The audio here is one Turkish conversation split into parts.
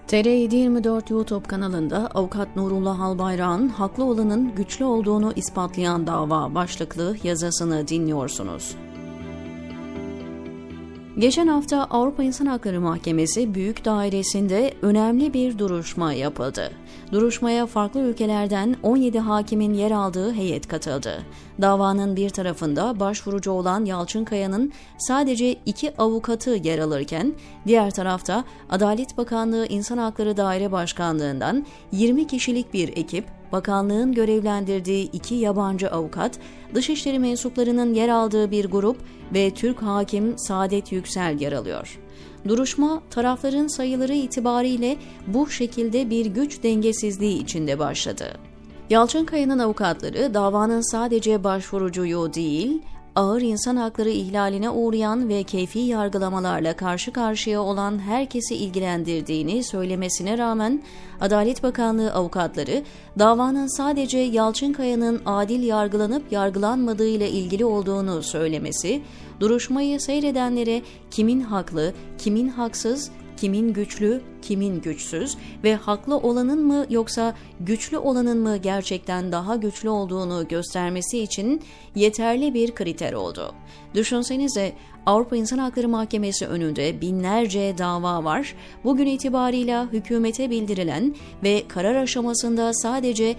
TR724 YouTube kanalında Avukat Nurullah Albayrak'ın haklı olanın güçlü olduğunu ispatlayan dava başlıklı yazısını dinliyorsunuz. Geçen hafta Avrupa İnsan Hakları Mahkemesi Büyük Dairesi'nde önemli bir duruşma yapıldı. Duruşmaya farklı ülkelerden 17 hakimin yer aldığı heyet katıldı. Davanın bir tarafında başvurucu olan Yalçınkaya'nın sadece 2 avukatı yer alırken, diğer tarafta Adalet Bakanlığı İnsan Hakları Daire Başkanlığı'ndan 20 kişilik bir ekip, bakanlığın görevlendirdiği 2 yabancı avukat, dışişleri mensuplarının yer aldığı bir grup ve Türk hakim Saadet Yüksel yer alıyor. Duruşma, tarafların sayıları itibariyle bu şekilde bir güç dengesizliği içinde başladı. Yalçınkaya'nın avukatları davanın sadece başvurucuyu değil, ağır insan hakları ihlaline uğrayan ve keyfi yargılamalarla karşı karşıya olan herkesi ilgilendirdiğini söylemesine rağmen Adalet Bakanlığı avukatları davanın sadece Yalçınkaya'nın adil yargılanıp yargılanmadığıyla ilgili olduğunu söylemesi, duruşmayı seyredenlere kimin haklı, kimin haksız, kimin güçlü, kimin güçsüz ve haklı olanın mı yoksa güçlü olanın mı gerçekten daha güçlü olduğunu göstermesi için yeterli bir kriter oldu. Düşünsenize, Avrupa İnsan Hakları Mahkemesi önünde binlerce dava var. Bugün itibarıyla hükümete bildirilen ve karar aşamasında sadece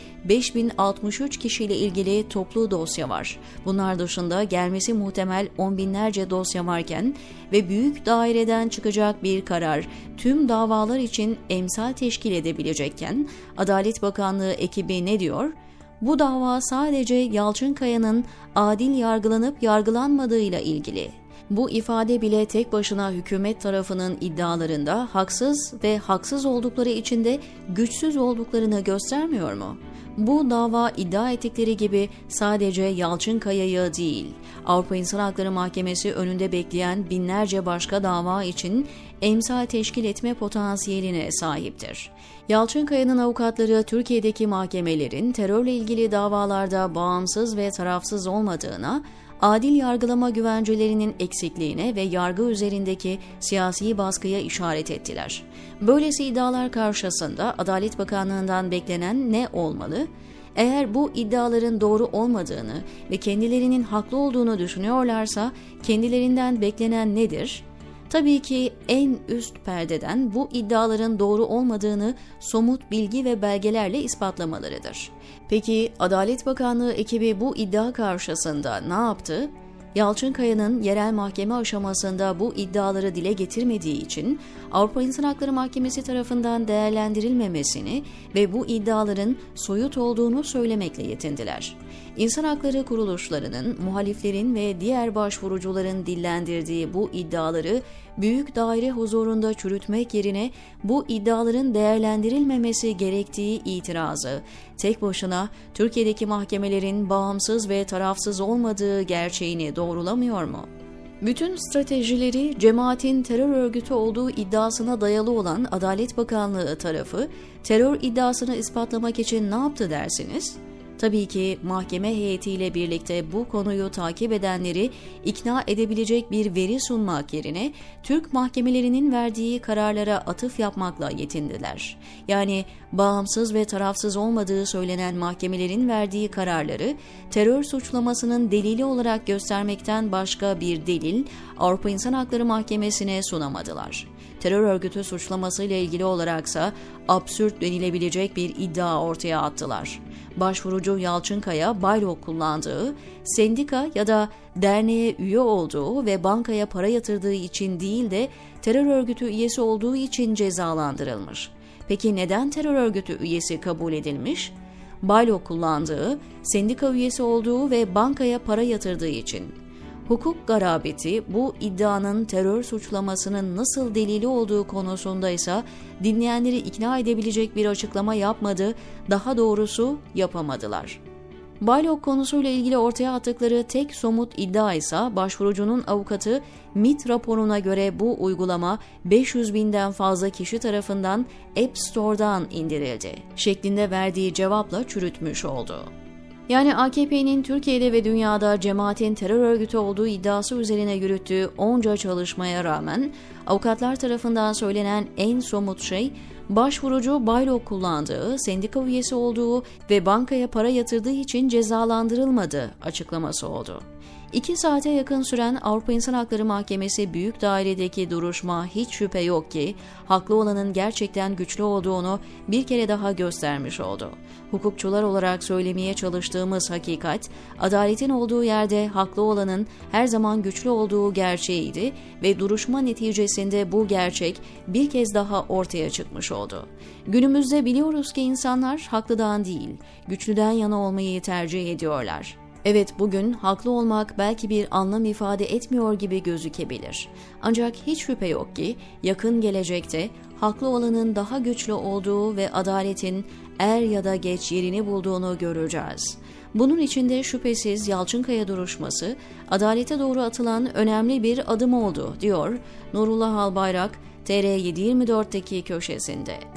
5063 kişiyle ilgili toplu dosya var. Bunlar dışında gelmesi muhtemel 10 binlerce dosya varken ve büyük daireden çıkacak bir karar tüm davalar için emsal teşkil edebilecekken, Adalet Bakanlığı ekibi ne diyor? Bu dava sadece Yalçınkaya'nın adil yargılanıp yargılanmadığıyla ilgili. Bu ifade bile tek başına hükümet tarafının iddialarında haksız ve haksız oldukları için de güçsüz olduklarını göstermiyor mu? Bu dava iddia ettikleri gibi sadece Yalçınkaya'yı değil, Avrupa İnsan Hakları Mahkemesi önünde bekleyen binlerce başka dava için emsal teşkil etme potansiyeline sahiptir. Yalçınkaya'nın avukatları Türkiye'deki mahkemelerin terörle ilgili davalarda bağımsız ve tarafsız olmadığına, adil yargılama güvencelerinin eksikliğine ve yargı üzerindeki siyasi baskıya işaret ettiler. Böylesi iddialar karşısında Adalet Bakanlığı'ndan beklenen ne olmalı? Eğer bu iddiaların doğru olmadığını ve kendilerinin haklı olduğunu düşünüyorlarsa kendilerinden beklenen nedir? Tabii ki en üst perdeden bu iddiaların doğru olmadığını somut bilgi ve belgelerle ispatlamalarıdır. Peki Adalet Bakanlığı ekibi bu iddia karşısında ne yaptı? Yalçınkaya'nın yerel mahkeme aşamasında bu iddiaları dile getirmediği için Avrupa İnsan Hakları Mahkemesi tarafından değerlendirilmemesini ve bu iddiaların soyut olduğunu söylemekle yetindiler. İnsan hakları kuruluşlarının, muhaliflerin ve diğer başvurucuların dillendirdiği bu iddiaları büyük daire huzurunda çürütmek yerine bu iddiaların değerlendirilmemesi gerektiği itirazı tek başına Türkiye'deki mahkemelerin bağımsız ve tarafsız olmadığı gerçeğini doğrulamıyor mu? Bütün stratejileri cemaatin terör örgütü olduğu iddiasına dayalı olan Adalet Bakanlığı tarafı terör iddiasını ispatlamak için ne yaptı dersiniz? Tabii ki mahkeme heyetiyle birlikte bu konuyu takip edenleri ikna edebilecek bir veri sunmak yerine Türk mahkemelerinin verdiği kararlara atıf yapmakla yetindiler. Yani bağımsız ve tarafsız olmadığı söylenen mahkemelerin verdiği kararları terör suçlamasının delili olarak göstermekten başka bir delil Avrupa İnsan Hakları Mahkemesi'ne sunamadılar. Terör örgütü suçlamasıyla ilgili olaraksa absürt denilebilecek bir iddia ortaya attılar. Başvurucu Yalçınkaya baylok kullandığı, sendika ya da derneğe üye olduğu ve bankaya para yatırdığı için değil de terör örgütü üyesi olduğu için cezalandırılmış. Peki neden terör örgütü üyesi kabul edilmiş? Baylok kullandığı, sendika üyesi olduğu ve bankaya para yatırdığı için. Hukuk garabeti bu iddianın terör suçlamasının nasıl delili olduğu konusunda ise dinleyenleri ikna edebilecek bir açıklama yapmadı, daha doğrusu yapamadılar. Baylok konusuyla ilgili ortaya attıkları tek somut iddia ise başvurucunun avukatı MİT raporuna göre bu uygulama 500 binden fazla kişi tarafından App Store'dan indirildi şeklinde verdiği cevapla çürütmüş oldu. Yani AKP'nin Türkiye'de ve dünyada cemaatin terör örgütü olduğu iddiası üzerine yürüttüğü onca çalışmaya rağmen avukatlar tarafından söylenen en somut şey Başvurucu baylok kullandığı, sendika üyesi olduğu ve bankaya para yatırdığı için cezalandırılmadı açıklaması oldu. 2 saate yakın süren Avrupa İnsan Hakları Mahkemesi Büyük Daire'deki duruşma hiç şüphe yok ki haklı olanın gerçekten güçlü olduğunu bir kere daha göstermiş oldu. Hukukçular olarak söylemeye çalıştığımız hakikat, adaletin olduğu yerde haklı olanın her zaman güçlü olduğu gerçeğiydi ve duruşma neticesinde bu gerçek bir kez daha ortaya çıkmış oldu. Günümüzde biliyoruz ki insanlar haklıdan değil, güçlüden yana olmayı tercih ediyorlar. Evet, bugün haklı olmak belki bir anlam ifade etmiyor gibi gözükebilir. Ancak hiç şüphe yok ki yakın gelecekte haklı olanın daha güçlü olduğu ve adaletin er ya da geç yerini bulduğunu göreceğiz. Bunun için de şüphesiz Yalçınkaya duruşması adalete doğru atılan önemli bir adım oldu, diyor Nurullah Albayrak TR724'teki köşesinde.